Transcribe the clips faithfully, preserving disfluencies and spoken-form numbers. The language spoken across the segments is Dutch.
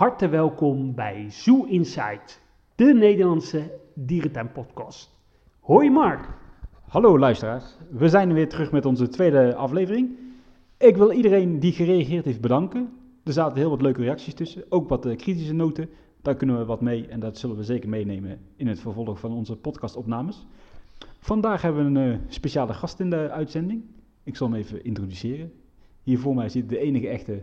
harte welkom bij Zoo Insight, de Nederlandse dierentuinpodcast. Hoi Mark. Hallo luisteraars, we zijn weer terug met onze tweede aflevering. Ik wil iedereen die gereageerd heeft bedanken. Er zaten heel wat leuke reacties tussen, ook wat uh, kritische noten. Daar kunnen we wat mee en dat zullen we zeker meenemen in het vervolg van onze podcastopnames. Vandaag hebben we een uh, speciale gast in de uitzending. Ik zal hem even introduceren. Hier voor mij zit de enige echte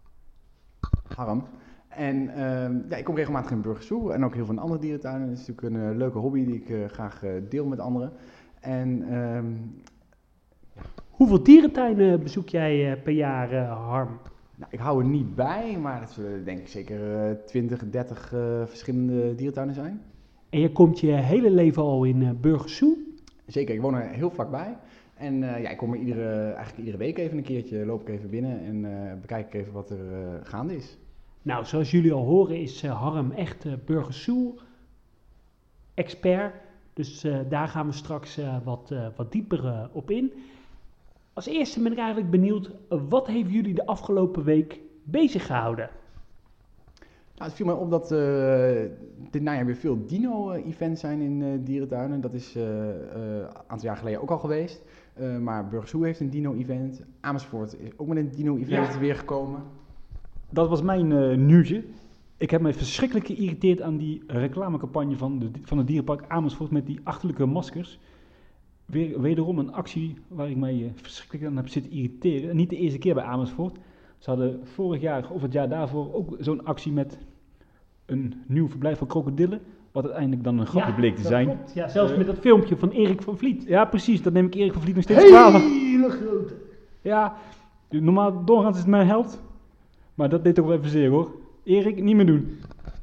Harm. En uh, ja, ik kom regelmatig in Burgersoe en ook heel veel in andere dierentuinen. Het is natuurlijk een uh, leuke hobby die ik uh, graag uh, deel met anderen. En, um, ja. Hoeveel dierentuinen bezoek jij uh, per jaar, uh, Harm? Nou, ik hou er niet bij, maar het zullen denk ik zeker uh, twintig, dertig uh, verschillende dierentuinen zijn. En je komt je hele leven al in uh, Burgersoe? Zeker, ik woon er heel vlakbij. En uh, ja, ik kom er iedere, eigenlijk iedere week even een keertje, loop ik even binnen en uh, bekijk ik even wat er uh, gaande is. Nou, zoals jullie al horen is uh, Harm echt uh, Burgersoe-expert. Dus uh, daar gaan we straks uh, wat, uh, wat dieper uh, op in. Als eerste ben ik eigenlijk benieuwd, uh, wat heeft jullie de afgelopen week bezig gehouden? Nou, het viel mij op dat uh, dit najaar weer veel dino-events zijn in uh, dierentuinen. Dat is uh, uh, een aantal jaar geleden ook al geweest. Uh, maar Burgersoe heeft een dino-event. Amersfoort is ook met een dino-event ja. weer gekomen. Dat was mijn uh, nieuwtje. Ik heb me verschrikkelijk geïrriteerd aan die reclamecampagne van, de, van het dierenpark Amersfoort met die achterlijke maskers. Weer, wederom een actie waar ik mij uh, verschrikkelijk aan heb zitten irriteren. En niet de eerste keer bij Amersfoort. Ze hadden vorig jaar of het jaar daarvoor ook zo'n actie met een nieuw verblijf van krokodillen. Wat uiteindelijk dan een grapje ja, bleek te zijn. Klopt. Ja, zelfs uh, met dat filmpje van Erik van Vliet. Ja, precies. Dat neem ik Erik van Vliet nog steeds kwalijk. Hele grote. Ja, normaal doorgaans is het mijn held. Maar dat deed toch wel even zeer hoor. Erik, niet meer doen.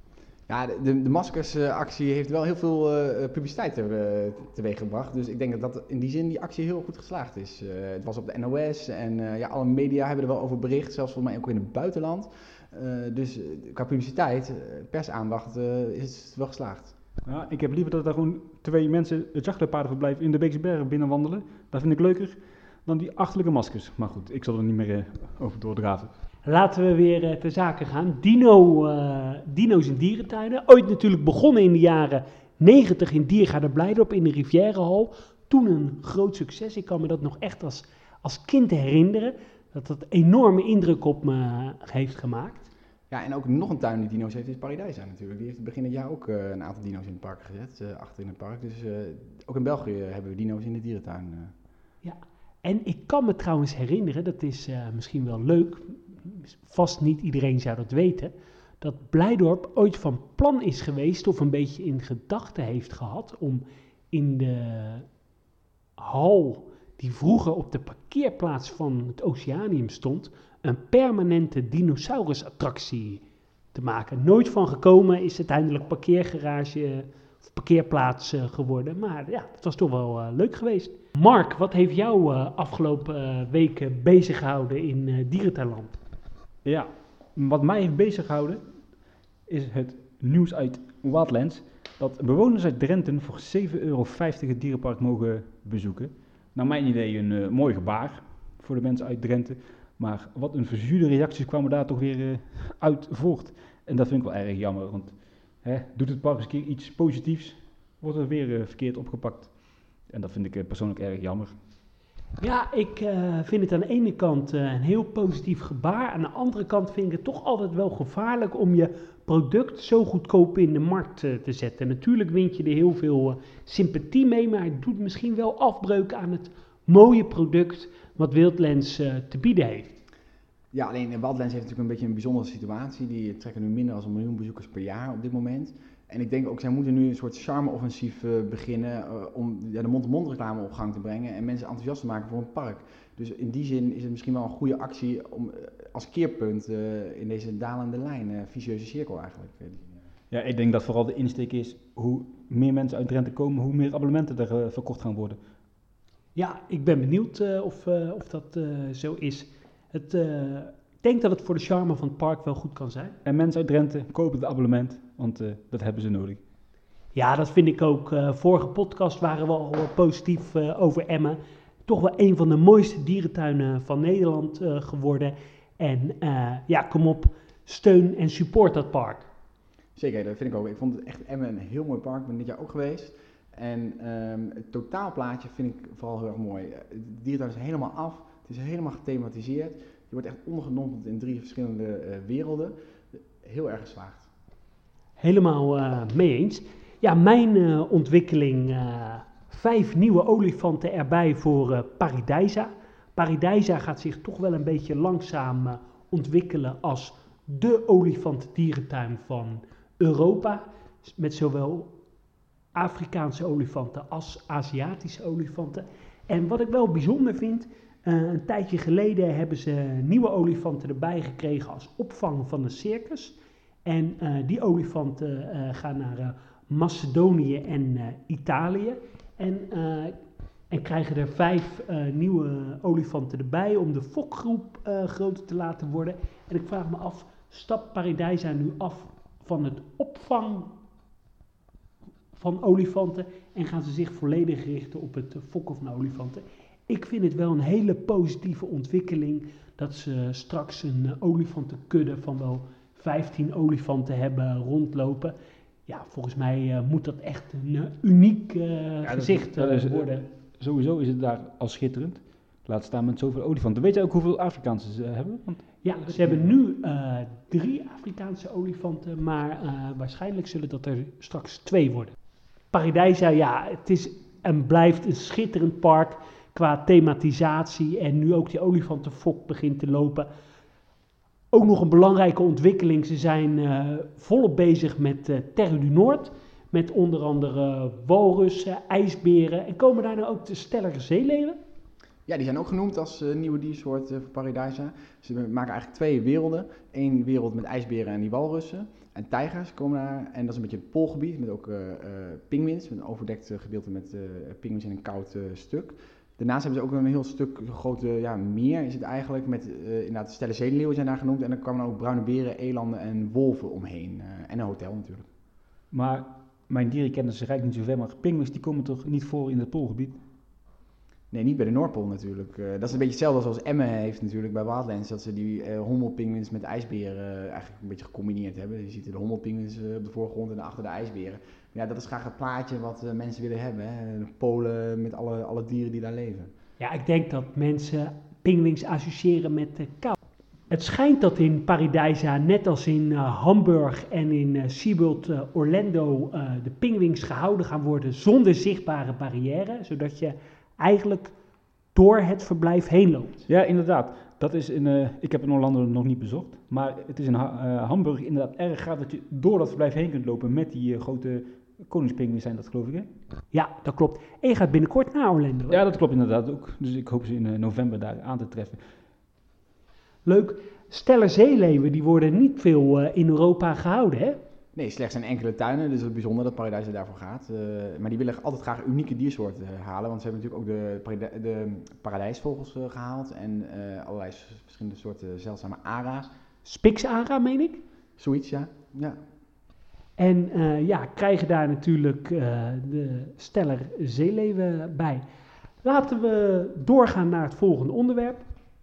Ja, de, de, de maskersactie uh, heeft wel heel veel uh, publiciteit te, uh, teweeg gebracht. Dus ik denk dat, dat in die zin die actie heel goed geslaagd is. Uh, het was op de N O S en uh, ja, alle media hebben er wel over bericht. Zelfs volgens mij ook in het buitenland. Uh, dus uh, qua publiciteit, uh, persaandacht, uh, is het wel geslaagd. Ja, ik heb liever dat er gewoon twee mensen het jachtpaardenverblijf in de Beekse Bergen binnenwandelen. Dat vind ik leuker dan die achterlijke maskers. Maar goed, ik zal er niet meer uh, over doordraven. Laten we weer uh, ter zake gaan. Dino, uh, dino's in dierentuinen. Ooit natuurlijk begonnen in de jaren negentig in Diergaarde Blijdorp in de Rivierenhal. Toen een groot succes. Ik kan me dat nog echt als, als kind herinneren. Dat dat enorme indruk op me heeft gemaakt. Ja, en ook nog een tuin die dino's heeft is Paradijsa natuurlijk. Die heeft begin het jaar ook uh, een aantal dino's in het park gezet. Uh, achter in het park. Dus uh, ook in België hebben we dino's in de dierentuin. Uh. Ja, en ik kan me trouwens herinneren, dat is uh, misschien wel leuk... Vast niet iedereen zou dat weten, dat Blijdorp ooit van plan is geweest of een beetje in gedachten heeft gehad om in de hal die vroeger op de parkeerplaats van het Oceanium stond, een permanente dinosaurusattractie te maken. Nooit van gekomen, is uiteindelijk parkeergarage of parkeerplaats uh, geworden, maar ja, het was toch wel uh, leuk geweest. Mark, wat heeft jou uh, afgelopen uh, weken bezig gehouden in uh, dierentuinland? Ja, wat mij heeft bezig gehouden is het nieuws uit Wildlands dat bewoners uit Drenthe voor zeven euro vijftig het dierenpark mogen bezoeken. Naar mijn idee een uh, mooi gebaar voor de mensen uit Drenthe, maar wat een verzuurde reacties kwamen daar toch weer uh, uit voort. En dat vind ik wel erg jammer, want hè, doet het park eens een keer iets positiefs, wordt het weer uh, verkeerd opgepakt. En dat vind ik uh, persoonlijk erg jammer. Ja, ik uh, vind het aan de ene kant uh, een heel positief gebaar. Aan de andere kant vind ik het toch altijd wel gevaarlijk om je product zo goedkoop in de markt uh, te zetten. Natuurlijk wint je er heel veel uh, sympathie mee, maar het doet misschien wel afbreuk aan het mooie product wat Wildlands uh, te bieden heeft. Ja, alleen Wildlands heeft natuurlijk een beetje een bijzondere situatie. Die trekken nu minder dan een miljoen bezoekers per jaar op dit moment. En ik denk ook, zij moeten nu een soort charme-offensief uh, beginnen uh, om ja, de mond-to-mond reclame op gang te brengen en mensen enthousiast te maken voor een park. Dus in die zin is het misschien wel een goede actie om, uh, als keerpunt uh, in deze dalende lijn, uh, vicieuze cirkel eigenlijk. Ja, ik denk dat vooral de insteek is, hoe meer mensen uit Drenthe komen, hoe meer abonnementen er uh, verkocht gaan worden. Ja, ik ben benieuwd uh, of, uh, of dat uh, zo is. Het, uh, ik denk dat het voor de charme van het park wel goed kan zijn. En mensen uit Drenthe kopen het abonnement, want uh, dat hebben ze nodig. Ja, dat vind ik ook. Uh, vorige podcast waren we al positief uh, over Emmen. Toch wel een van de mooiste dierentuinen van Nederland uh, geworden. En uh, ja, kom op. steun en support dat park. Zeker, dat vind ik ook. Ik vond het echt Emmen een heel mooi park. Ik ben dit jaar ook geweest. En um, het totaalplaatje vind ik vooral heel erg mooi. De dierentuin is helemaal af. Het is helemaal gethematiseerd. Je wordt echt ondergedompeld in drie verschillende uh, werelden. Heel erg geslaagd. Helemaal uh, mee eens. Ja, mijn uh, ontwikkeling, uh, vijf nieuwe olifanten erbij voor uh, Paradijsa. Paradijsa gaat zich toch wel een beetje langzaam uh, ontwikkelen als de olifantendierentuin van Europa. Met zowel Afrikaanse olifanten als Aziatische olifanten. En wat ik wel bijzonder vind, uh, een tijdje geleden hebben ze nieuwe olifanten erbij gekregen als opvang van een circus. En uh, die olifanten uh, gaan naar uh, Macedonië en uh, Italië. En, uh, en krijgen er vijf uh, nieuwe olifanten erbij om de fokgroep uh, groter te laten worden. En ik vraag me af, stapt Paradijsa nu af van het opvang van olifanten en gaan ze zich volledig richten op het fokken van olifanten? Ik vind het wel een hele positieve ontwikkeling dat ze straks een uh, olifantenkudde van wel vijftien olifanten hebben rondlopen. Ja, volgens mij uh, moet dat echt een uh, uniek uh, ja, gezicht dat, dat is, worden. Uh, sowieso is het daar al schitterend. Laat staan met zoveel olifanten. Weet je ook hoeveel Afrikaanse ze hebben? Want ja, ze hebben nu uh, drie Afrikaanse olifanten, maar uh, waarschijnlijk zullen dat er straks twee worden. Paradijsa, ja, het is en blijft een schitterend park qua thematisatie en nu ook die olifantenfok begint te lopen. Ook nog een belangrijke ontwikkeling, ze zijn uh, volop bezig met uh, Terre du Noord, met onder andere walrussen, ijsberen en komen daar nou ook de stellige zeeleeuwen? Ja, die zijn ook genoemd als uh, nieuwe diersoort uh, voor Paradijsa. Ze maken eigenlijk twee werelden. Eén wereld met ijsberen en die walrussen. En tijgers komen daar. En dat is een beetje het poolgebied met ook uh, uh, pinguïns. Met een overdekt uh, gedeelte met uh, pinguïns in een koud uh, stuk. Daarnaast hebben ze ook een heel stuk grote ja, meer is het eigenlijk. Met uh, inderdaad stellen zeeleeuwen zijn daar genoemd. En dan kwamen ook bruine beren, elanden en wolven omheen. Uh, en een hotel natuurlijk. Maar mijn dierenkennis reikt niet zo ver. Maar pinguïns die komen toch niet voor in het poolgebied? Nee, niet bij de Noordpool natuurlijk. Uh, dat is een beetje hetzelfde zoals Emmen heeft natuurlijk bij Wildlands. Dat ze die uh, hommelpinguïns met ijsberen uh, eigenlijk een beetje gecombineerd hebben. Je ziet de hommelpinguïns uh, op de voorgrond en achter de ijsberen. Maar ja, dat is graag het plaatje wat uh, mensen willen hebben. Hè? De Polen met alle, alle dieren die daar leven. Ja, ik denk dat mensen pinguïns associëren met uh, kou. Het schijnt dat in Paradijsa, net als in uh, Hamburg en in uh, SeaWorld uh, Orlando, uh, de pinguïns gehouden gaan worden zonder zichtbare barrière. Zodat je eigenlijk door het verblijf heen loopt. Ja, inderdaad. Dat is in, uh, ik heb in Orlando nog niet bezocht, maar het is in ha- uh, Hamburg inderdaad erg gaaf dat je door dat verblijf heen kunt lopen met die uh, grote koningspinguïns zijn dat, geloof ik, hè? Ja, dat klopt. En je gaat binnenkort naar Orlando. Hè? Ja, dat klopt inderdaad ook. Dus ik hoop ze in uh, november daar aan te treffen. Leuk. Stellen zeeleeuwen, die worden niet veel uh, in Europa gehouden, hè? Nee, slechts in enkele tuinen, dus het is bijzonder dat Paradijsa daarvoor gaat. Uh, maar die willen altijd graag unieke diersoorten uh, halen, want ze hebben natuurlijk ook de, paradij- de paradijsvogels uh, gehaald en uh, allerlei verschillende soorten zeldzame ara's. Spixara, meen ik? Zoiets, ja. ja. En uh, ja, krijgen daar natuurlijk uh, de steller zeeleeuwen bij. Laten we doorgaan naar het volgende onderwerp.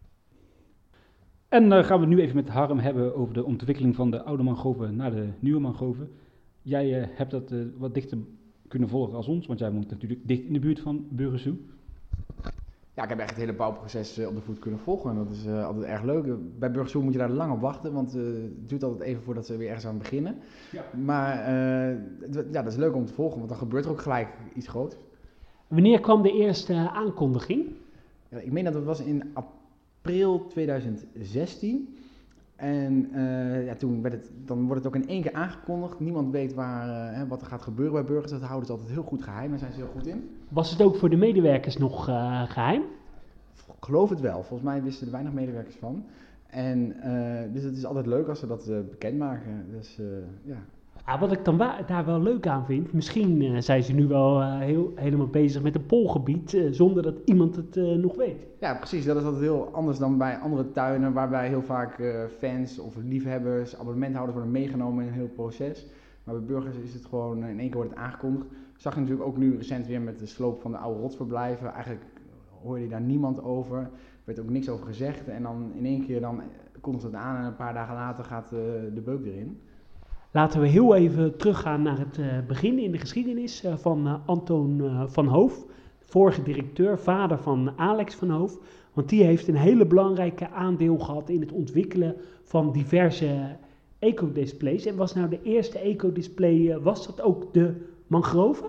En uh, gaan we nu even met Harm hebben over de ontwikkeling van de oude mangroven naar de nieuwe mangroven. Jij uh, hebt dat uh, wat dichter kunnen volgen als ons, want jij woont natuurlijk dicht in de buurt van Burgersoe. Ja, ik heb echt het hele bouwproces uh, op de voet kunnen volgen en dat is uh, altijd erg leuk. Bij Burgersoe moet je daar lang op wachten, want uh, het duurt altijd even voordat ze weer ergens aan beginnen. Ja. Maar uh, het, ja, dat is leuk om te volgen, want dan gebeurt er ook gelijk iets groots. Wanneer kwam de eerste aankondiging? Ja, ik meen dat het was in april tweeduizend zestien. En uh, ja, toen werd het, dan wordt het ook in één keer aangekondigd. Niemand weet waar, uh, wat er gaat gebeuren bij burgers. Dat houden ze altijd heel goed geheim, daar zijn ze heel goed in. Was het ook voor de medewerkers nog uh, geheim? Ik geloof het wel. Volgens mij wisten er weinig medewerkers van. En uh, dus het is altijd leuk als ze dat uh, bekendmaken. Dus uh, ja. Ah, wat ik dan wa- daar wel leuk aan vind, misschien uh, zijn ze nu wel uh, heel, helemaal bezig met een poolgebied, uh, zonder dat iemand het uh, nog weet. Ja, precies. Dat is altijd heel anders dan bij andere tuinen, waarbij heel vaak uh, fans of liefhebbers, abonnementhouders worden meegenomen in een heel proces. Maar bij burgers is het gewoon, in één keer wordt het aangekondigd. Zag je natuurlijk ook nu recent weer met de sloop van de oude rotsverblijven. Eigenlijk hoorde je daar niemand over, er werd ook niks over gezegd. En dan in één keer dan kondigt het aan en een paar dagen later gaat uh, de beuk erin. Laten we heel even teruggaan naar het uh, begin in de geschiedenis uh, van uh, Anton uh, van Hoof, vorige directeur, vader van Alex van Hoof. Want die heeft een hele belangrijke aandeel gehad in het ontwikkelen van diverse ecodisplays. En was nou de eerste ecodisplay, uh, was dat ook de mangrove?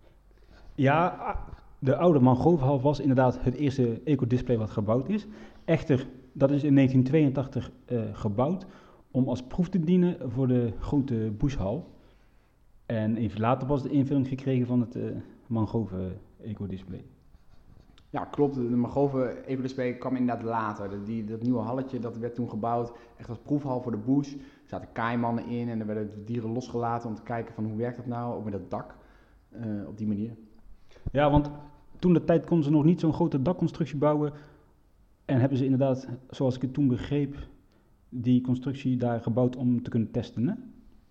Ja, de oude mangrovenhal was inderdaad het eerste ecodisplay wat gebouwd is. Echter, dat is in negentien tweeëntachtig uh, gebouwd om als proef te dienen voor de grote Bushhal. En even later was de invulling gekregen van het uh, mangrove ecodisplay. Ja, klopt. De mangrove ecodisplay kwam inderdaad later. Die, dat nieuwe halletje dat werd toen gebouwd echt als proefhal voor de bush. Er zaten kaaimannen in en er werden dieren losgelaten om te kijken van hoe werkt dat nou, ook met dat dak, uh, op die manier. Ja, want toen de tijd konden ze nog niet zo'n grote dakconstructie bouwen. En hebben ze inderdaad, zoals ik het toen begreep, die constructie daar gebouwd om te kunnen testen, hè?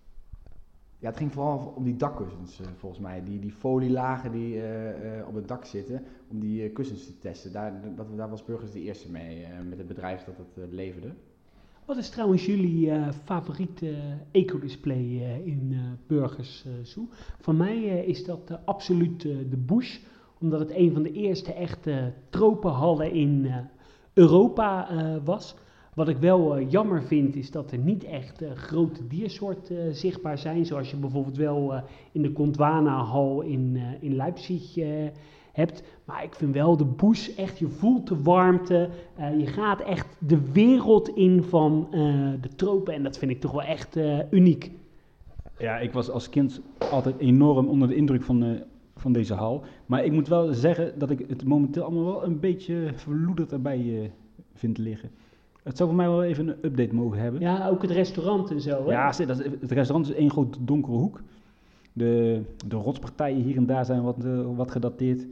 Ja, het ging vooral om die dakkussens uh, volgens mij. Die, die folielagen die uh, uh, op het dak zitten, om die uh, kussens te testen. Daar, dat, daar was Burgers de eerste mee, uh, met het bedrijf dat het uh, leverde. Wat is trouwens jullie uh, favoriete uh, ecodisplay uh, in uh, Burgers uh, Zoo? Van mij uh, is dat uh, absoluut uh, de Bush, omdat het een van de eerste echte tropenhallen in uh, Europa uh, was. Wat ik wel uh, jammer vind is dat er niet echt uh, grote diersoorten uh, zichtbaar zijn. Zoals je bijvoorbeeld wel uh, in de Gondwana-hal in, uh, in Leipzig uh, hebt. Maar ik vind wel de Bush echt, je voelt de warmte. Uh, je gaat echt de wereld in van uh, de tropen. En dat vind ik toch wel echt uh, uniek. Ja, ik was als kind altijd enorm onder de indruk van, uh, van deze hal. Maar ik moet wel zeggen dat ik het momenteel allemaal wel een beetje verloederd erbij uh, vind liggen. Het zou voor mij wel even een update mogen hebben. Ja, ook het restaurant en zo, hè? Ja, dat is, het restaurant is één grote donkere hoek. De, de rotspartijen hier en daar zijn wat, uh, wat gedateerd.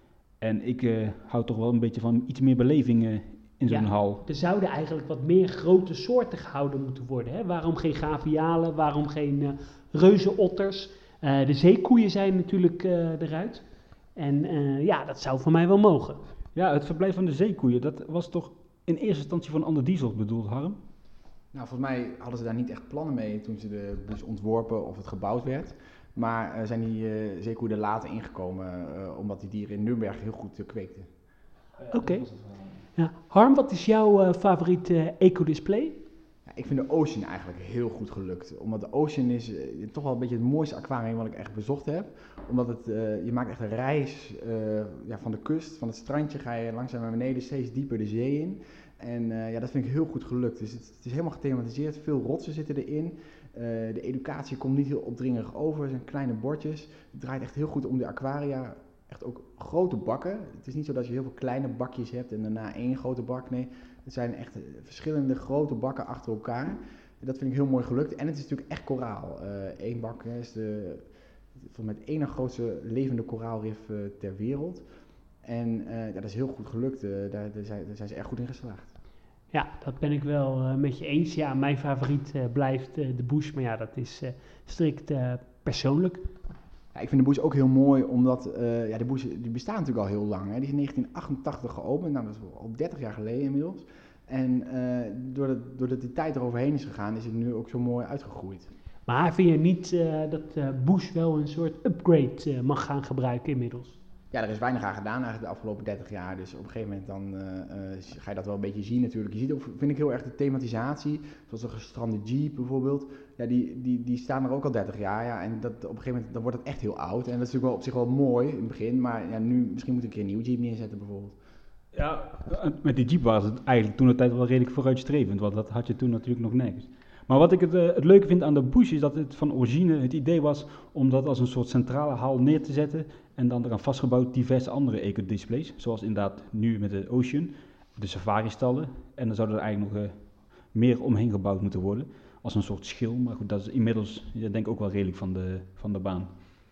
En ik uh, hou toch wel een beetje van iets meer beleving uh, in zo'n Ja, hal. Er zouden eigenlijk wat meer grote soorten gehouden moeten worden. Hè? Waarom geen gavialen, waarom geen uh, reuzenotters? Uh, de zeekoeien zijn natuurlijk uh, eruit. En uh, ja, dat zou voor mij wel mogen. Ja, het verblijf van de zeekoeien, dat was toch in eerste instantie voor een ander diesel bedoeld, Harm? Nou, volgens mij hadden ze daar niet echt plannen mee toen ze de bus ontworpen of het gebouwd werd. Maar uh, zijn die uh, zeekoeien er later ingekomen, uh, omdat die dieren in Nürnberg heel goed uh, kweekten. Oké. Okay. Ja. Harm, wat is jouw uh, favoriete uh, ecodisplay? Ja, ik vind de Ocean eigenlijk heel goed gelukt. Omdat de Ocean is uh, toch wel een beetje het mooiste aquarium wat ik echt bezocht heb. Omdat het, uh, je maakt echt een reis uh, ja, van de kust, van het strandje, ga je langzaam naar beneden, steeds dieper de zee in. En uh, ja, dat vind ik heel goed gelukt. Dus het, het is helemaal gethematiseerd, veel rotsen zitten erin. Uh, de educatie komt niet heel opdringerig over, het zijn kleine bordjes. Het draait echt heel goed om de aquaria. Echt ook grote bakken. Het is niet zo dat je heel veel kleine bakjes hebt en daarna één grote bak. Nee, het zijn echt verschillende grote bakken achter elkaar. Dat vind ik heel mooi gelukt. En het is natuurlijk echt koraal. Eén uh, bak is de, volgens mij het ene grootste levende koraalrif uh, ter wereld. En uh, ja, dat is heel goed gelukt. Uh, daar, daar, zijn, daar zijn ze erg goed in geslaagd. Ja, dat ben ik wel uh, met je eens. Ja, mijn favoriet uh, blijft uh, de Bush, maar ja, dat is uh, strikt uh, persoonlijk. Ja, ik vind de Bush ook heel mooi, omdat uh, ja, de Bush die bestaat natuurlijk al heel lang. Hè. Die is in negentien achtentachtig geopend, nou, dat is al dertig jaar geleden inmiddels. En uh, doordat, doordat die tijd eroverheen is gegaan, is het nu ook zo mooi uitgegroeid. Maar vind je niet uh, dat uh, Bush wel een soort upgrade uh, mag gaan gebruiken inmiddels? Ja, er is weinig aan gedaan eigenlijk de afgelopen dertig jaar. Dus op een gegeven moment dan, uh, uh, ga je dat wel een beetje zien natuurlijk. Je ziet ook, vind ik heel erg de thematisatie, zoals een gestrande Jeep bijvoorbeeld. Ja, die, die, die staan er ook al dertig jaar. Ja, en dat, op een gegeven moment dan wordt het echt heel oud. En dat is natuurlijk wel op zich wel mooi in het begin. Maar ja, nu misschien moet ik een keer een nieuwe Jeep neerzetten bijvoorbeeld. Ja, met die Jeep was het eigenlijk toen de tijd wel redelijk vooruitstrevend. Want dat had je toen natuurlijk nog nergens. Maar wat ik het, uh, het leuke vind aan de Bush is dat het van origine het idee was om dat als een soort centrale hal neer te zetten. En dan eraan vastgebouwd diverse andere ecodisplays. Zoals inderdaad nu met de Ocean, de safari-stallen. En dan zouden er eigenlijk nog uh, meer omheen gebouwd moeten worden. Als een soort schil. Maar goed, dat is inmiddels ja, denk ik ook wel redelijk van de, van de baan.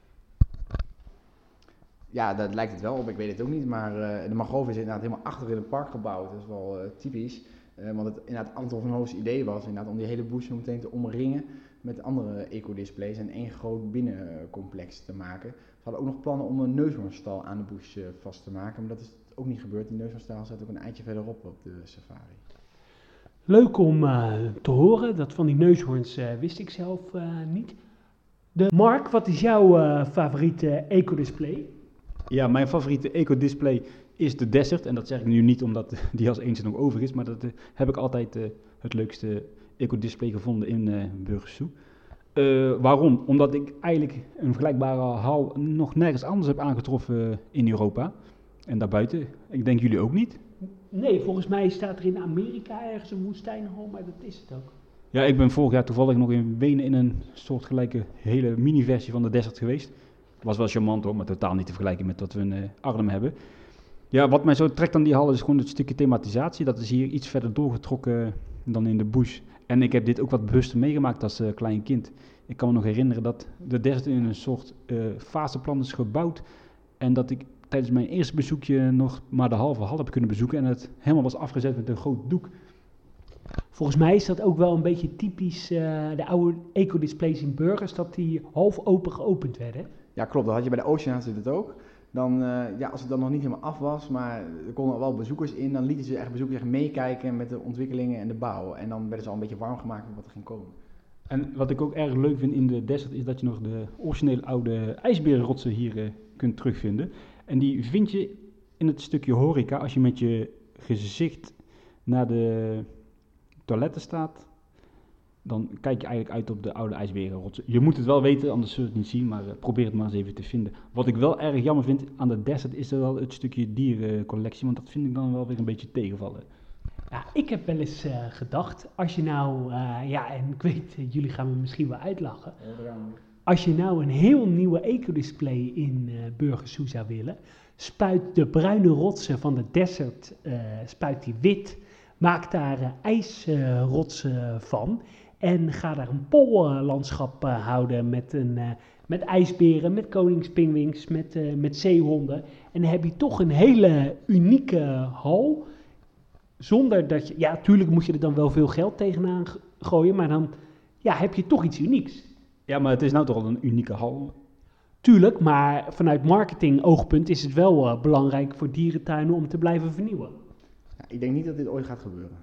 Ja, dat lijkt het wel op. Ik weet het ook niet. Maar uh, de mangrove is inderdaad helemaal achter in het park gebouwd. Dat is wel uh, typisch. Uh, want het inderdaad Anton van Hoof's idee was inderdaad om die hele Bush zo meteen te omringen met andere ecodisplays en één groot binnencomplex te maken. Ze hadden ook nog plannen om een neushoornstal aan de Bush uh, vast te maken, maar dat is ook niet gebeurd. Die neushoornstal staat ook een eindje verderop op de safari. Leuk om uh, te horen. Dat van die neushoorns uh, wist ik zelf uh, niet. De Mark, wat is jouw uh, favoriete ecodisplay? Ja, mijn favoriete ecodisplay is de Desert. En dat zeg ik nu niet omdat die als eentje nog over is. Maar dat uh, heb ik altijd uh, het leukste ecodisplay gevonden in uh, Burgers Zoo. Uh, waarom? Omdat ik eigenlijk een vergelijkbare hal nog nergens anders heb aangetroffen in Europa. En daarbuiten. Ik denk jullie ook niet? Nee, volgens mij staat er in Amerika ergens een woestijnhal, maar dat is het ook. Ja, ik ben vorig jaar toevallig nog in Wenen in een soortgelijke hele mini-versie van de Desert geweest. Was wel charmant hoor, maar totaal niet te vergelijken met wat we in uh, Arnhem hebben. Ja, wat mij zo trekt aan die hal is gewoon het stukje thematisatie. Dat is hier iets verder doorgetrokken dan in de bush. En ik heb dit ook wat bewuster meegemaakt als uh, klein kind. Ik kan me nog herinneren dat de Desert in een soort uh, faseplan is gebouwd. En dat ik tijdens mijn eerste bezoekje nog maar de halve hal heb kunnen bezoeken. En het helemaal was afgezet met een groot doek. Volgens mij is dat ook wel een beetje typisch uh, de oude ecodisplays in Burgers, dat die half open geopend werden. Ja, klopt. Dat had je bij de Oceaan zit het ook. Dan, uh, ja, als het dan nog niet helemaal af was, maar er konden wel bezoekers in, dan lieten ze echt bezoekers echt meekijken met de ontwikkelingen en de bouw. En dan werden ze al een beetje warm gemaakt met wat er ging komen. En wat ik ook erg leuk vind in de Desert is dat je nog de originele oude ijsberenrotsen hier uh, kunt terugvinden. En die vind je in het stukje horeca als je met je gezicht naar de toiletten staat. Dan kijk je eigenlijk uit op de oude ijsberenrotsen. Je moet het wel weten, anders zul je het niet zien, maar uh, probeer het maar eens even te vinden. Wat ik wel erg jammer vind aan de Desert is er wel het stukje dierencollectie, want dat vind ik dan wel weer een beetje tegenvallen. Ja, ik heb wel eens uh, gedacht, als je nou, uh, ja, en ik weet, uh, jullie gaan me misschien wel uitlachen. Als je nou een heel nieuwe ecodisplay in uh, Burgers Zoo zou willen, spuit de bruine rotsen van de Desert, uh, spuit die wit, maak daar uh, ijsrotsen uh, van en ga daar een pollandschap uh, houden met, een, uh, met ijsberen, met koningspingwings, met, uh, met zeehonden. En dan heb je toch een hele unieke hal. Zonder dat je, ja, tuurlijk moet je er dan wel veel geld tegenaan gooien, maar dan ja, heb je toch iets unieks. Ja, maar het is nou toch al een unieke hal. Tuurlijk, maar vanuit marketing oogpunt is het wel uh, belangrijk voor dierentuinen om te blijven vernieuwen. Ja, ik denk niet dat dit ooit gaat gebeuren.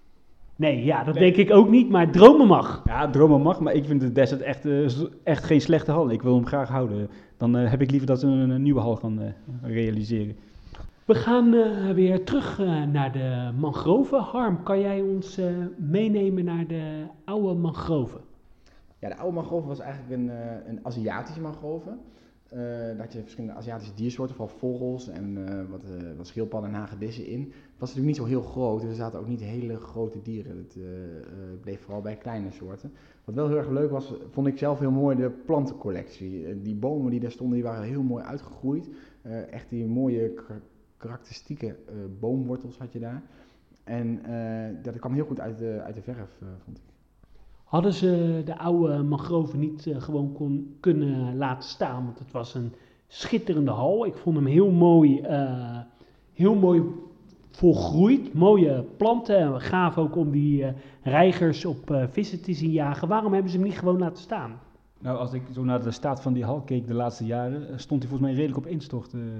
Nee, ja, dat nee. denk ik ook niet, maar dromen mag. Ja, dromen mag, maar ik vind de Desert echt, uh, echt geen slechte hal. Ik wil hem graag houden. Dan uh, heb ik liever dat ze een, een nieuwe hal gaan uh, realiseren. We gaan uh, weer terug uh, naar de mangroven. Harm, kan jij ons uh, meenemen naar de oude mangroven? Ja, de oude mangrove was eigenlijk een, uh, een Aziatische mangrove. Uh, daar had je verschillende Aziatische diersoorten, vooral vogels en uh, wat, uh, wat schildpadden en hagedissen in. Het was natuurlijk niet zo heel groot, dus er zaten ook niet hele grote dieren. Het uh, uh, bleef vooral bij kleine soorten. Wat wel heel erg leuk was, vond ik zelf heel mooi, de plantencollectie. Uh, die bomen die daar stonden, die waren heel mooi uitgegroeid. Uh, echt die mooie karakteristieke uh, boomwortels had je daar. En uh, dat kwam heel goed uit de, uit de verf, uh, vond ik. Hadden ze de oude mangroven niet uh, gewoon kon, kunnen laten staan? Want het was een schitterende hal. Ik vond hem heel mooi, uh, heel mooi volgroeid. Mooie planten. Gaaf ook om die uh, reigers op uh, vissen te zien jagen. Waarom hebben ze hem niet gewoon laten staan? Nou, als ik zo naar de staat van die hal keek de laatste jaren, stond hij volgens mij redelijk op instort. Uh.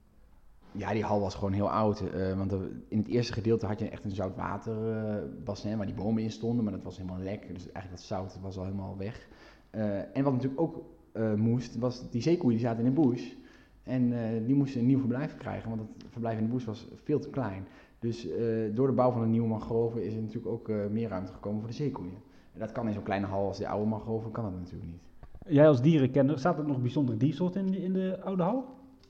Ja, die hal was gewoon heel oud. Uh, want in het eerste gedeelte had je echt een zoutwaterbassin uh, waar die bomen in stonden. Maar dat was helemaal lek. Dus eigenlijk dat zout was al helemaal weg. Uh, en wat natuurlijk ook uh, moest, was die zeekoeien die zaten in de bush. En uh, die moesten een nieuw verblijf krijgen. Want het verblijf in de bush was veel te klein. Dus uh, door de bouw van een nieuwe mangrove is er natuurlijk ook uh, meer ruimte gekomen voor de zeekoeien. En dat kan in zo'n kleine hal als de oude mangrove, kan dat natuurlijk niet. Jij als dierenkenner, staat er nog bijzondere diersoorten in de, in de oude hal?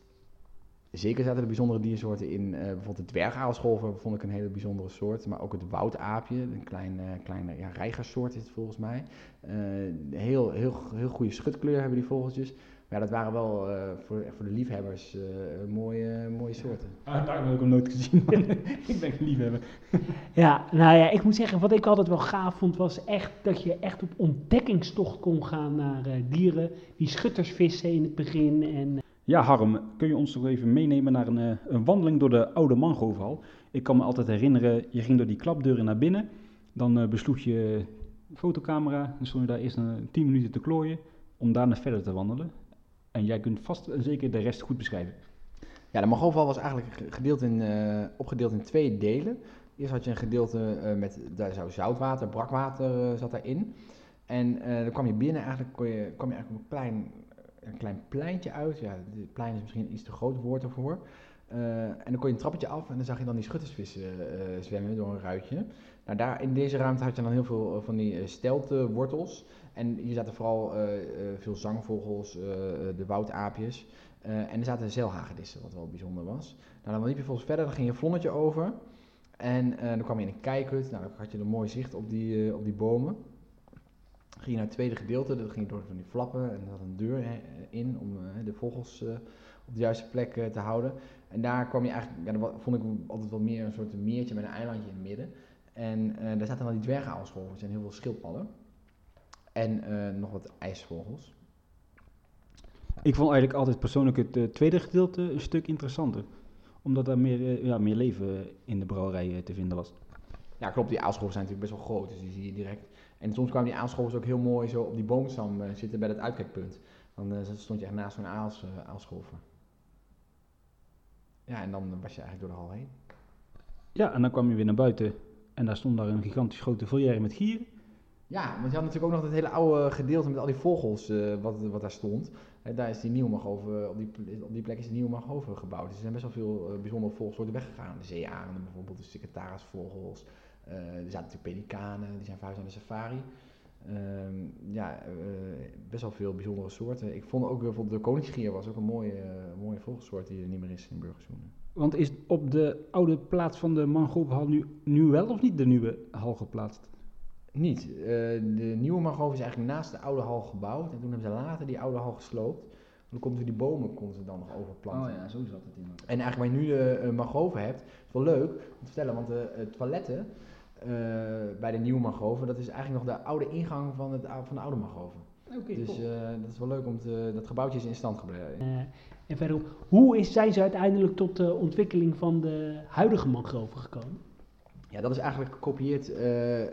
Zeker zaten er bijzondere diersoorten in. Uh, bijvoorbeeld de dwergaalscholver vond ik een hele bijzondere soort. Maar ook het woudaapje, een klein, uh, kleine ja, reigersoort is het volgens mij. Uh, heel, heel, heel goede schutkleur hebben die vogeltjes. Maar ja, dat waren wel uh, voor, voor de liefhebbers uh, mooie, mooie soorten. Ah, daar heb ik hem nooit gezien. Ik ben een liefhebber. Ja, nou ja, ik moet zeggen, wat ik altijd wel gaaf vond, was echt dat je echt op ontdekkingstocht kon gaan naar uh, dieren. Die schuttersvissen in het begin en... Ja, Harm, kun je ons nog even meenemen naar een, een wandeling door de oude mangrovenhal? Ik kan me altijd herinneren, je ging door die klapdeuren naar binnen, dan uh, besloeg je fotocamera, dan stond je daar eerst een tien minuten te klooien, om daarna verder te wandelen. En jij kunt vast en zeker de rest goed beschrijven. Ja, de mangrovenhal was eigenlijk gedeeld in, uh, opgedeeld in twee delen. De eerst had je een gedeelte uh, met, daar zou zoutwater, brakwater uh, zat daarin. En uh, dan kwam je binnen, eigenlijk kon je, kwam je eigenlijk op een klein, een klein pleintje uit. Ja, het plein is misschien een iets te groot woord ervoor. Uh, en dan kon je een trappetje af en dan zag je dan die schuttersvissen uh, zwemmen door een ruitje. Nou, daar in deze ruimte had je dan heel veel van die uh, steltewortels. En hier zaten vooral uh, uh, veel zangvogels, uh, de woudaapjes. Uh, en er zaten zeilhagedissen, wat wel bijzonder was. Nou, dan liep je volgens verder, dan ging je een vlonnetje over. En uh, dan kwam je in een kijkhut. Nou, dan had je een mooi zicht op die, uh, op die bomen. Dan ging je naar het tweede gedeelte, dat ging door van die flappen. En er had een deur he, in om uh, de vogels uh, op de juiste plek uh, te houden. En daar kwam je eigenlijk, ja, dat vond ik altijd wel meer een soort meertje met een eilandje in het midden. En uh, daar zaten dan die dwergaalsvogels en heel veel schildpadden. En uh, nog wat ijsvogels. Ik vond eigenlijk altijd persoonlijk het uh, tweede gedeelte een stuk interessanter. Omdat er meer, uh, ja, meer leven in de brouwerij uh, te vinden was. Ja, klopt. Die aalscholvers zijn natuurlijk best wel groot, dus die zie je direct. En soms kwamen die aalscholvers ook heel mooi zo op die boomstam uh, zitten bij het uitkijkpunt. Dan uh, stond je echt naast zo'n aals, uh, aalscholver. Ja, en dan was je eigenlijk door de hal heen. Ja, en dan kwam je weer naar buiten en daar stond daar een gigantisch grote volière met gieren. Ja, want je had natuurlijk ook nog het hele oude gedeelte met al die vogels uh, wat, wat daar stond. He, daar is die Nieuwmarkhoven, op die, op die plek is die Nieuwmarkhoven gebouwd. Dus er zijn best wel veel uh, bijzondere vogelsoorten weggegaan. De zeearenden bijvoorbeeld, de secretarisvogels. Uh, er zaten natuurlijk pelikanen, die zijn verhuisd aan de safari. Uh, ja, uh, best wel veel bijzondere soorten. Ik vond ook bijvoorbeeld de koningsgier was ook een mooie, uh, mooie vogelsoort die er niet meer is in Burgersoenen. Want is op de oude plaats van de mangrovenhal nu, nu wel of niet de nieuwe hal geplaatst? Niet. Uh, de nieuwe mangrove is eigenlijk naast de oude hal gebouwd. En toen hebben ze later die oude hal gesloopt. Dan konden ze die bomen konden ze dan nog overplanten. Oh ja, zo zat het in. En eigenlijk waar je nu de uh, mangrove hebt, is wel leuk om te vertellen. Want de uh, toiletten uh, bij de nieuwe mangrove, dat is eigenlijk nog de oude ingang van, het, van de oude mangrove. Okay, dus uh, dat is wel leuk om te, dat gebouwtje is in stand gebleven. Uh, en verder, hoe is, zijn ze uiteindelijk tot de ontwikkeling van de huidige mangrove gekomen? Ja, dat is eigenlijk gekopieerd uh,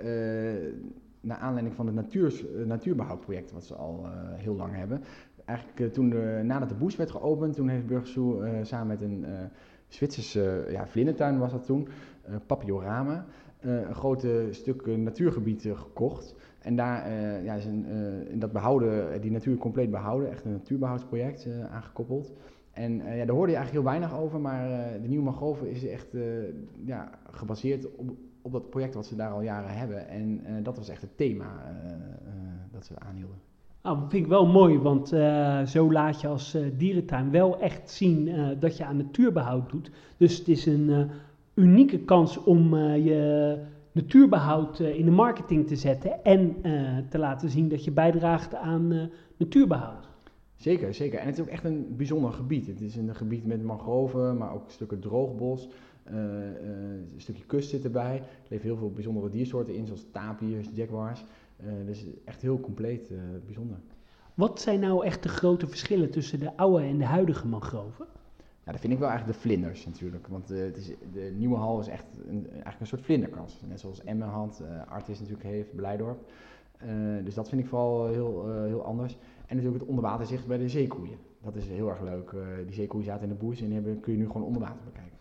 uh, naar aanleiding van het natuurs, uh, natuurbehoudproject wat ze al uh, heel lang hebben. Eigenlijk uh, toen de, nadat de Bush werd geopend, toen heeft Burgersoe uh, samen met een uh, Zwitserse uh, ja, vlindertuin was dat toen, uh, Papiorama, uh, een groot stuk uh, natuurgebied uh, gekocht. En daar uh, ja, is een, uh, in dat behouden, die natuur compleet behouden, echt een natuurbehoudsproject uh, aangekoppeld. En uh, ja, daar hoorde je eigenlijk heel weinig over, maar uh, de nieuwe mangrove is echt uh, ja, gebaseerd op, op dat project wat ze daar al jaren hebben. En uh, dat was echt het thema uh, uh, dat ze aanhielden. Nou, dat vind ik wel mooi, want uh, zo laat je als uh, dierentuin wel echt zien uh, dat je aan natuurbehoud doet. Dus het is een uh, unieke kans om uh, je natuurbehoud uh, in de marketing te zetten en uh, te laten zien dat je bijdraagt aan uh, natuurbehoud. Zeker, zeker. En het is ook echt een bijzonder gebied. Het is een gebied met mangroven, maar ook stukken droogbos. Uh, uh, een stukje kust zit erbij. Er leven heel veel bijzondere diersoorten in, zoals tapirs, jaguars. Uh, dus echt heel compleet uh, bijzonder. Wat zijn nou echt de grote verschillen tussen de oude en de huidige mangroven? Ja, dat vind ik wel eigenlijk de vlinders natuurlijk. Want uh, het is, de nieuwe hal is echt een, eigenlijk een soort vlinderkans. Net zoals Emmen had, uh, Artis natuurlijk heeft, Blijdorp. Uh, dus dat vind ik vooral heel, uh, heel anders. En natuurlijk het onderwaterzicht bij de zeekoeien. Dat is heel erg leuk. Uh, die zeekoeien zaten in de bush en die hebben, kun je nu gewoon onder water bekijken.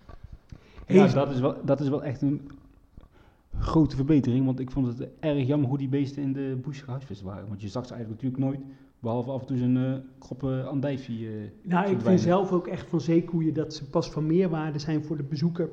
Ja, dat is, wel, dat is wel echt een grote verbetering. Want ik vond het erg jammer hoe die beesten in de bush gehuisvest waren. Want je zag ze eigenlijk natuurlijk nooit. Behalve af en toe zijn uh, kroppen andijvie. Uh, nou, ik vind zelf ook echt van zeekoeien dat ze pas van meerwaarde zijn voor de bezoeker.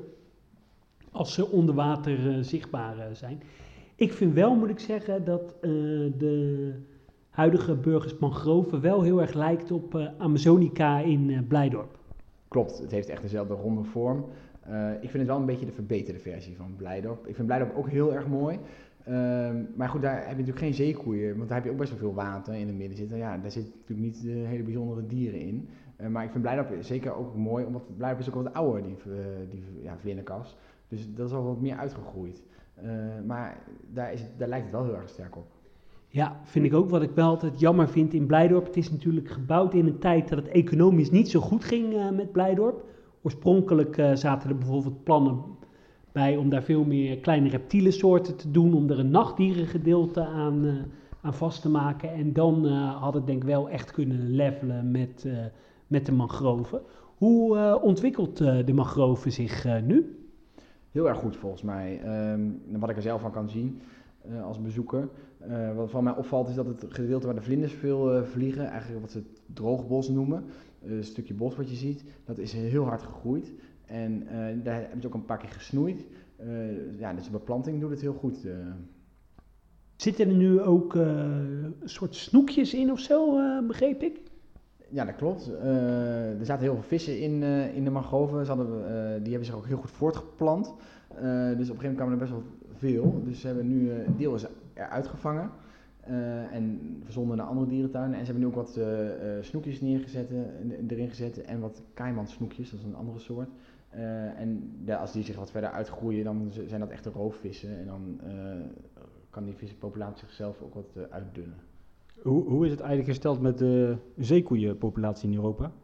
Als ze onder water uh, zichtbaar uh, zijn. Ik vind wel, moet ik zeggen, dat uh, de huidige Burgers Mangrove wel heel erg lijkt op uh, Amazonica in uh, Blijdorp. Klopt, het heeft echt dezelfde ronde vorm. Uh, ik vind het wel een beetje de verbeterde versie van Blijdorp. Ik vind Blijdorp ook heel erg mooi. Uh, maar goed, daar heb je natuurlijk geen zeekoeien, want daar heb je ook best wel veel water in het midden zitten. Ja, daar zitten natuurlijk niet uh, hele bijzondere dieren in. Uh, maar ik vind Blijdorp zeker ook mooi, omdat Blijdorp is ook wat ouder, die, uh, die ja, vlinderkas. Dus dat is al wat meer uitgegroeid. Uh, maar daar, is het, daar lijkt het wel heel erg sterk op. Ja, vind ik ook. Wat ik wel altijd jammer vind in Blijdorp. Het is natuurlijk gebouwd in een tijd dat het economisch niet zo goed ging uh, met Blijdorp. Oorspronkelijk uh, zaten er bijvoorbeeld plannen bij om daar veel meer kleine reptielensoorten te doen. Om er een nachtdierengedeelte aan, uh, aan vast te maken. En dan uh, had het denk ik wel echt kunnen levelen met, uh, met de mangroven. Hoe uh, ontwikkelt uh, de mangrove zich uh, nu? Heel erg goed volgens mij. Um, wat ik er zelf van kan zien uh, als bezoeker. Uh, wat van mij opvalt is dat het gedeelte waar de vlinders veel uh, vliegen, eigenlijk wat ze het droogbos noemen, uh, een stukje bos wat je ziet, dat is heel hard gegroeid. En uh, daar hebben ze ook een paar keer gesnoeid. Uh, ja, dus de beplanting doet het heel goed. Uh. Zitten er nu ook uh, een soort snoekjes in of zo, uh, begreep ik? Ja, dat klopt. Uh, er zaten heel veel vissen in, uh, in de mangroven. Ze hadden, uh, die hebben zich ook heel goed voortgeplant. Uh, dus op een gegeven moment kwamen er best wel veel. Dus ze hebben nu uh, een deel is eruit gevangen. Uh, en verzonden naar andere dierentuinen. En ze hebben nu ook wat uh, uh, snoekjes neergezet, uh, erin gezet. En wat kaimansnoekjes, dat is een andere soort. Uh, en ja, als die zich wat verder uitgroeien, dan zijn dat echte roofvissen. En dan uh, kan die vissenpopulatie zichzelf ook wat uh, uitdunnen. Hoe, hoe is het eigenlijk gesteld met de zeekoeienpopulatie in Europa?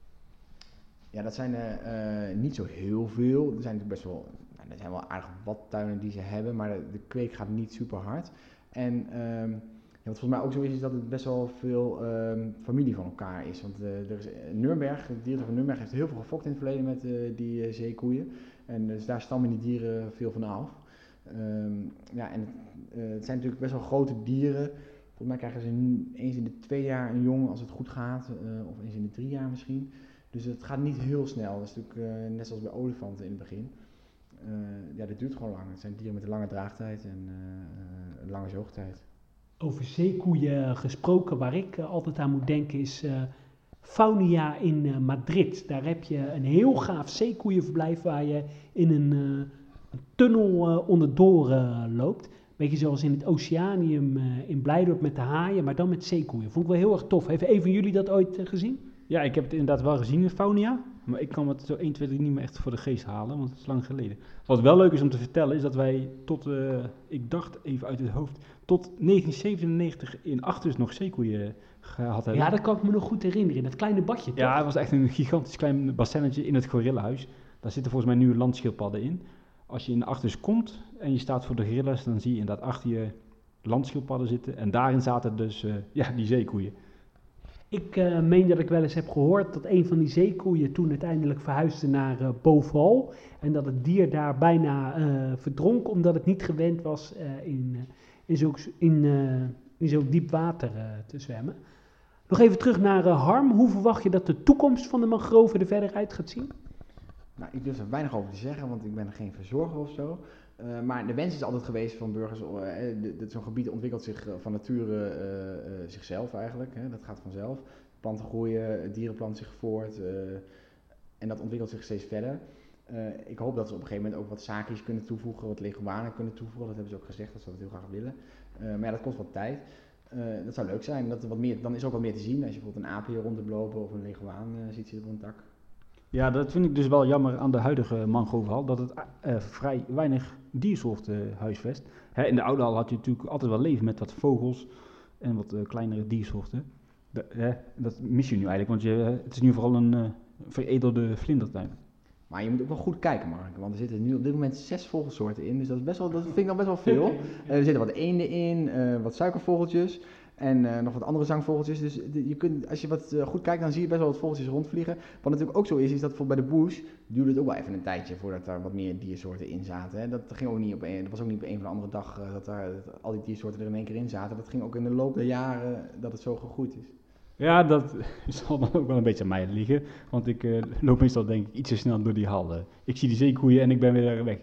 Ja, dat zijn er uh, niet zo heel veel. Er zijn natuurlijk best wel, nou, er zijn wel aardig wat tuinen die ze hebben, maar de, de kweek gaat niet super hard. En um, ja, wat volgens mij ook zo is, is dat het best wel veel um, familie van elkaar is. Want uh, er is Nuremberg, het diertuin van Nuremberg heeft heel veel gefokt in het verleden met uh, die uh, zeekoeien. En dus daar stammen die dieren veel van af. Um, ja, en het, uh, het zijn natuurlijk best wel grote dieren. Volgens mij krijgen ze nu eens in de twee jaar een jong als het goed gaat, uh, of eens in de drie jaar misschien. Dus het gaat niet heel snel. Dat is natuurlijk uh, net zoals bij olifanten in het begin. Uh, ja, dat duurt gewoon lang. Het zijn dieren met een lange draagtijd en uh, uh, een lange zoogtijd. Over zeekoeien gesproken, waar ik uh, altijd aan moet denken, is uh, Faunia in uh, Madrid. Daar heb je een heel gaaf zeekoeienverblijf waar je in een, uh, een tunnel uh, onderdoor uh, loopt. Beetje zoals in het Oceanium uh, in Blijdorp met de haaien, maar dan met zeekoeien. Vond ik wel heel erg tof. Heeft een van jullie dat ooit uh, gezien? Ja, ik heb het inderdaad wel gezien in Faunia, maar ik kan het zo één, twee, drie niet meer echt voor de geest halen, want het is lang geleden. Wat wel leuk is om te vertellen, is dat wij tot, uh, ik dacht even uit het hoofd, tot negentien zevenennegentig in Achters nog zeekoeien gehad hebben. Ja, dat kan ik me nog goed herinneren, in dat kleine badje toch? Ja, het was echt een gigantisch klein bassennetje in het gorillahuis. Daar zitten volgens mij nu landschildpadden in. Als je in Achters komt en je staat voor de gorilla's, dan zie je inderdaad achter je landschildpadden zitten. En daarin zaten dus uh, ja, die zeekoeien. Ik uh, meen dat ik wel eens heb gehoord dat een van die zeekoeien toen uiteindelijk verhuisde naar uh, Beauval. En dat het dier daar bijna uh, verdronk, omdat het niet gewend was uh, in, uh, in zo'n in, uh, in zo diep water uh, te zwemmen. Nog even terug naar uh, Harm. Hoe verwacht je dat de toekomst van de mangroven er verder uit gaat zien? Nou, ik durf er weinig over te zeggen, want ik ben geen verzorger of zo. Uh, maar de wens is altijd geweest van burgers, uh, zo'n gebied ontwikkelt zich uh, van nature uh, uh, zichzelf eigenlijk, hè, dat gaat vanzelf. Planten groeien, dieren planten zich voort uh, en dat ontwikkelt zich steeds verder. Uh, ik hoop dat ze op een gegeven moment ook wat zaakjes kunnen toevoegen, wat leguanen kunnen toevoegen, dat hebben ze ook gezegd, dat ze dat heel graag willen. Uh, maar ja, dat kost wat tijd. Uh, dat zou leuk zijn, dat er wat meer, dan is er ook wat meer te zien als je bijvoorbeeld een aap hier rond hebt lopen of een leguaan uh, ziet zitten op een tak. Ja, dat vind ik dus wel jammer aan de huidige mangrovenhal, dat het uh, vrij weinig diersoorten uh, huisvest. Hè, in de oude hal had je natuurlijk altijd wel leven met wat vogels en wat uh, kleinere diersoorten. De, hè, dat mis je nu eigenlijk, want je, het is nu vooral een uh, veredelde vlindertuin. Maar je moet ook wel goed kijken, Mark, want er zitten nu op dit moment zes vogelsoorten in, dus dat, is best wel, dat vind ik dan best wel veel. Uh, er zitten wat eenden in, uh, wat suikervogeltjes. En uh, nog wat andere zangvogeltjes. Dus de, je kunt, als je wat uh, goed kijkt, dan zie je best wel wat vogeltjes rondvliegen. Wat natuurlijk ook zo is, is dat bijvoorbeeld bij de bush duurde het ook wel even een tijdje voordat daar wat meer diersoorten in zaten. Hè. Dat, ging ook niet op een, dat was ook niet op een van de andere dag uh, dat, daar, dat al die diersoorten er in één keer in zaten. Dat ging ook in de loop der jaren dat het zo gegroeid is. Ja, dat zal dan ook wel een beetje aan mij liggen. Want ik uh, loop meestal denk ik iets te snel door die hal. Uh. Ik zie die zeekoeien en ik ben weer weg.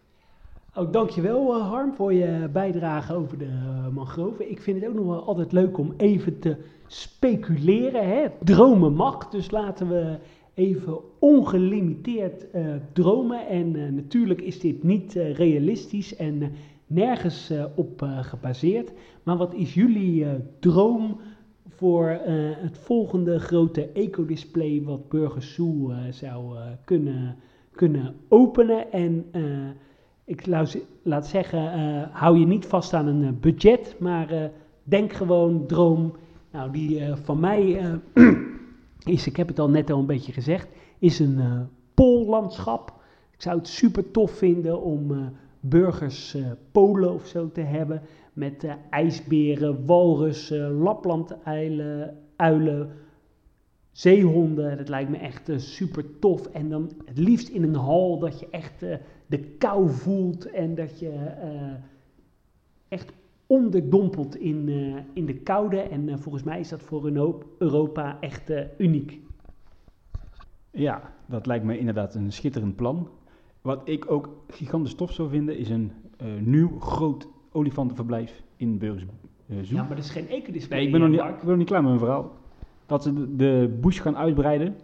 Oh, dankjewel uh, Harm voor je bijdrage over de uh, mangroven. Ik vind het ook nog wel altijd leuk om even te speculeren. Hè? Dromen mag, dus laten we even ongelimiteerd uh, dromen. En uh, natuurlijk is dit niet uh, realistisch en uh, nergens uh, op uh, gebaseerd. Maar wat is jullie uh, droom voor uh, het volgende grote ecodisplay wat Burgers Zoo uh, zou uh, kunnen, kunnen openen? En uh, ik laat zeggen, uh, hou je niet vast aan een uh, budget, maar uh, denk gewoon, droom. Nou, die uh, van mij uh, is, ik heb het al net al een beetje gezegd, is een uh, poollandschap. Ik zou het super tof vinden om uh, burgers uh, polen of zo te hebben. Met uh, ijsberen, walrussen, Laplanduilen, uilen, zeehonden, dat lijkt me echt uh, super tof. En dan het liefst in een hal dat je echt uh, de kou voelt en dat je uh, echt onderdompelt in, uh, in de koude. En uh, volgens mij is dat voor Europa echt uh, uniek. Ja, dat lijkt me inderdaad een schitterend plan. Wat ik ook gigantisch tof zou vinden is een uh, nieuw groot olifantenverblijf in Burgers uh, Zoo. Ja, maar dat is geen ecodisplay. Nee, ik ben, nog niet, ik ben nog niet klaar met mijn verhaal. Dat ze de, de bush gaan uitbreiden,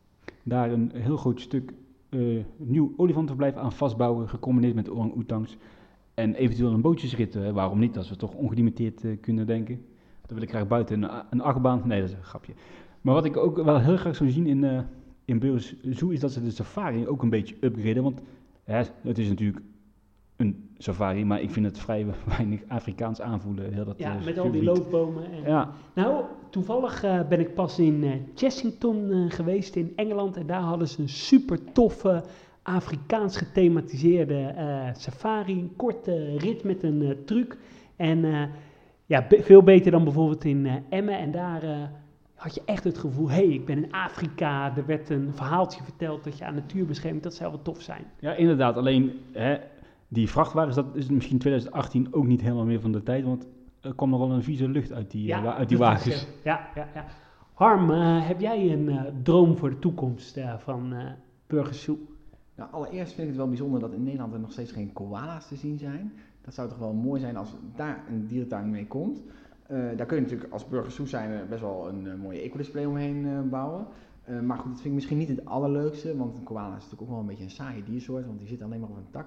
daar een heel groot stuk uh, nieuw olifantenverblijf aan vastbouwen, gecombineerd met orang-oetangs. En eventueel een bootjesrit, uh, waarom niet, als we toch ongelimiteerd uh, kunnen denken. Dan wil ik graag buiten een, een achtbaan, nee dat is een grapje. Maar wat ik ook wel heel graag zou zien in, uh, in Burgers Zoo is dat ze de safari ook een beetje upgraden. Want ja, het is natuurlijk een safari, maar ik vind het vrij weinig Afrikaans aanvoelen. Heel dat, ja, uh, met al die loopbomen. En... Ja. Nou, toevallig uh, ben ik pas in uh, Chessington uh, geweest in Engeland en daar hadden ze een super toffe Afrikaans gethematiseerde uh, safari, een korte rit met een uh, truc. En uh, ja, be- veel beter dan bijvoorbeeld in uh, Emmen en daar... Uh, had je echt het gevoel, hé, hey, ik ben in Afrika, er werd een verhaaltje verteld dat je aan natuurbescherming, dat zou wel tof zijn. Ja, inderdaad, alleen hè, die vrachtwagens, dat is misschien twintig achttien ook niet helemaal meer van de tijd, want er kwam nogal een vieze lucht uit die, ja, uh, uit die wagens. Ja, ja, ja. Harm, uh, heb jij een uh, droom voor de toekomst uh, van uh, Burgers Zoo? Nou, allereerst vind ik het wel bijzonder dat in Nederland er nog steeds geen koala's te zien zijn. Dat zou toch wel mooi zijn als daar een dierentuin mee komt. Uh, daar kun je natuurlijk als Burgers Zoo zijn uh, best wel een uh, mooie ecodisplay omheen uh, bouwen. Uh, maar goed, dat vind ik misschien niet het allerleukste, want een koala is natuurlijk ook wel een beetje een saaie diersoort, want die zit alleen maar op een tak.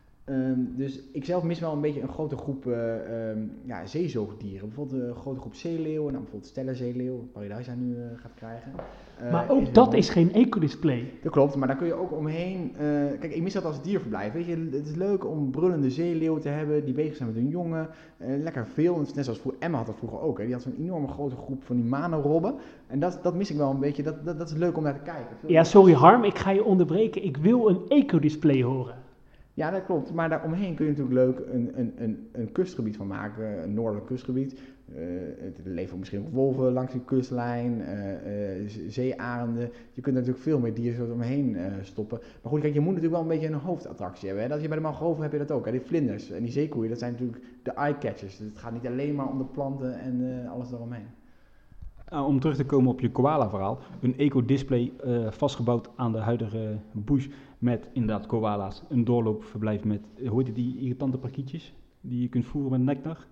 Um, dus ik zelf mis wel een beetje een grote groep uh, um, ja, zeezoogdieren. Bijvoorbeeld een grote groep zeeleeuwen, nou, bijvoorbeeld stellenzeeleeuw, Paradise nu uh, gaat krijgen. Uh, maar ook is dat mooi. is geen ecodisplay. Dat klopt, maar daar kun je ook omheen... Uh, kijk, ik mis dat als dierverblijf. Weet je, het is leuk om brullende zeeleeuwen te hebben die bezig zijn met hun jongen. Uh, lekker veel, net zoals vroeger, Emma had dat vroeger ook. Hè. Die had zo'n enorme grote groep van die manenrobben. En dat, dat mis ik wel een beetje. Dat, dat, dat is leuk om naar te kijken. Veel ja, sorry Harm, ik ga je onderbreken. Ik wil een ecodisplay horen. Ja, dat klopt. Maar daaromheen kun je natuurlijk leuk een, een, een, een kustgebied van maken, een noordelijk kustgebied. Uh, er leven misschien ook wolven langs die kustlijn, uh, uh, zeearenden. Je kunt natuurlijk veel meer dieren omheen uh, stoppen. Maar goed, kijk, je moet natuurlijk wel een beetje een hoofdattractie hebben. Hè? Dat je bij de mangroven heb je dat ook. Hè? Die vlinders en die zeekoeien, dat zijn natuurlijk de eye-catchers. Dus het gaat niet alleen maar om de planten en uh, alles daaromheen. Nou, om terug te komen op je koala-verhaal. Een eco-display uh, vastgebouwd aan de huidige bush met inderdaad koala's. Een doorloopverblijf met, hoe heet het, die irritante parkietjes die je kunt voeren met nectar.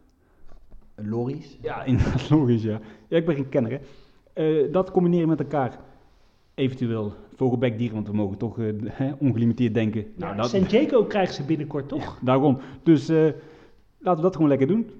Lorries? Ja, inderdaad, logisch, ja. Ja, ik ben geen kenner, hè. Uh, dat combineren met elkaar. Eventueel vogelbekdieren, want we mogen toch uh, hè, ongelimiteerd denken. Nou, nou, dat, San Diego krijgt ze binnenkort, toch? Ja, daarom. Dus uh, laten we dat gewoon lekker doen.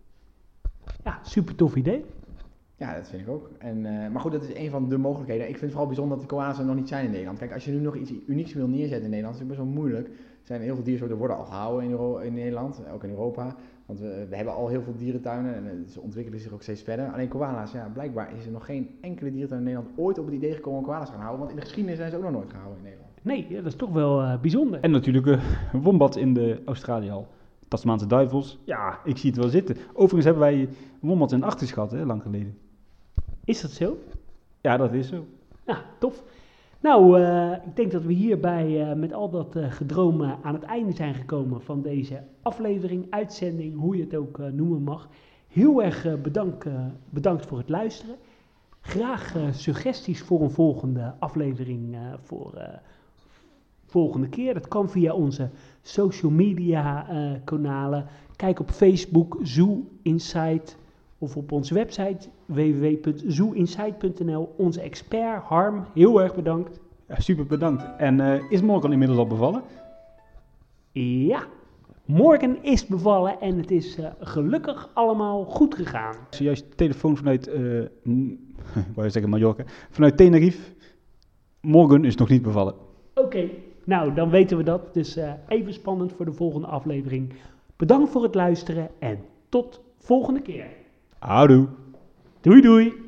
Ja, super tof idee. Ja, dat vind ik ook. En, uh, maar goed, dat is een van de mogelijkheden. Ik vind het vooral bijzonder dat de koala's er nog niet zijn in Nederland. Kijk, als je nu nog iets unieks wil neerzetten in Nederland, is het best wel moeilijk. Er zijn heel veel diersoorten worden al gehouden in, Euro- in Nederland, ook in Europa. Want we, we hebben al heel veel dierentuinen en ze ontwikkelen zich ook steeds verder. Alleen koala's, ja, blijkbaar is er nog geen enkele dierentuin in Nederland ooit op het idee gekomen om koala's te gaan houden. Want in de geschiedenis zijn ze ook nog nooit gehouden in Nederland. Nee, ja, dat is toch wel uh, bijzonder. En natuurlijk uh, wombats in de Australië-hal. Tasmaanse duivels. Ja, ik zie het wel zitten. Overigens hebben wij wombats in Arctis gehad, hè, lang geleden. Is dat zo? Ja, dat is zo. Ja, tof. Nou, uh, ik denk dat we hierbij uh, met al dat uh, gedroom uh, aan het einde zijn gekomen van deze aflevering, uitzending, hoe je het ook uh, noemen mag. Heel erg uh, bedankt, uh, bedankt voor het luisteren. Graag uh, suggesties voor een volgende aflevering uh, voor uh, volgende keer. Dat kan via onze social media uh, kanalen. Kijk op Facebook, Zoo Insight. Of op onze website w w w punt zoo insight punt n l. Onze expert Harm, heel erg bedankt. Ja, super bedankt. En uh, is Morgan inmiddels al bevallen? Ja, Morgan is bevallen en het is uh, gelukkig allemaal goed gegaan. Zojuist telefoon vanuit, uh, m- wou je zeggen Mallorca, vanuit Tenerife. Morgan is nog niet bevallen. Oké, okay, nou dan weten we dat. Dus uh, even spannend voor de volgende aflevering. Bedankt voor het luisteren en tot volgende keer. Houdoe. Doei doei.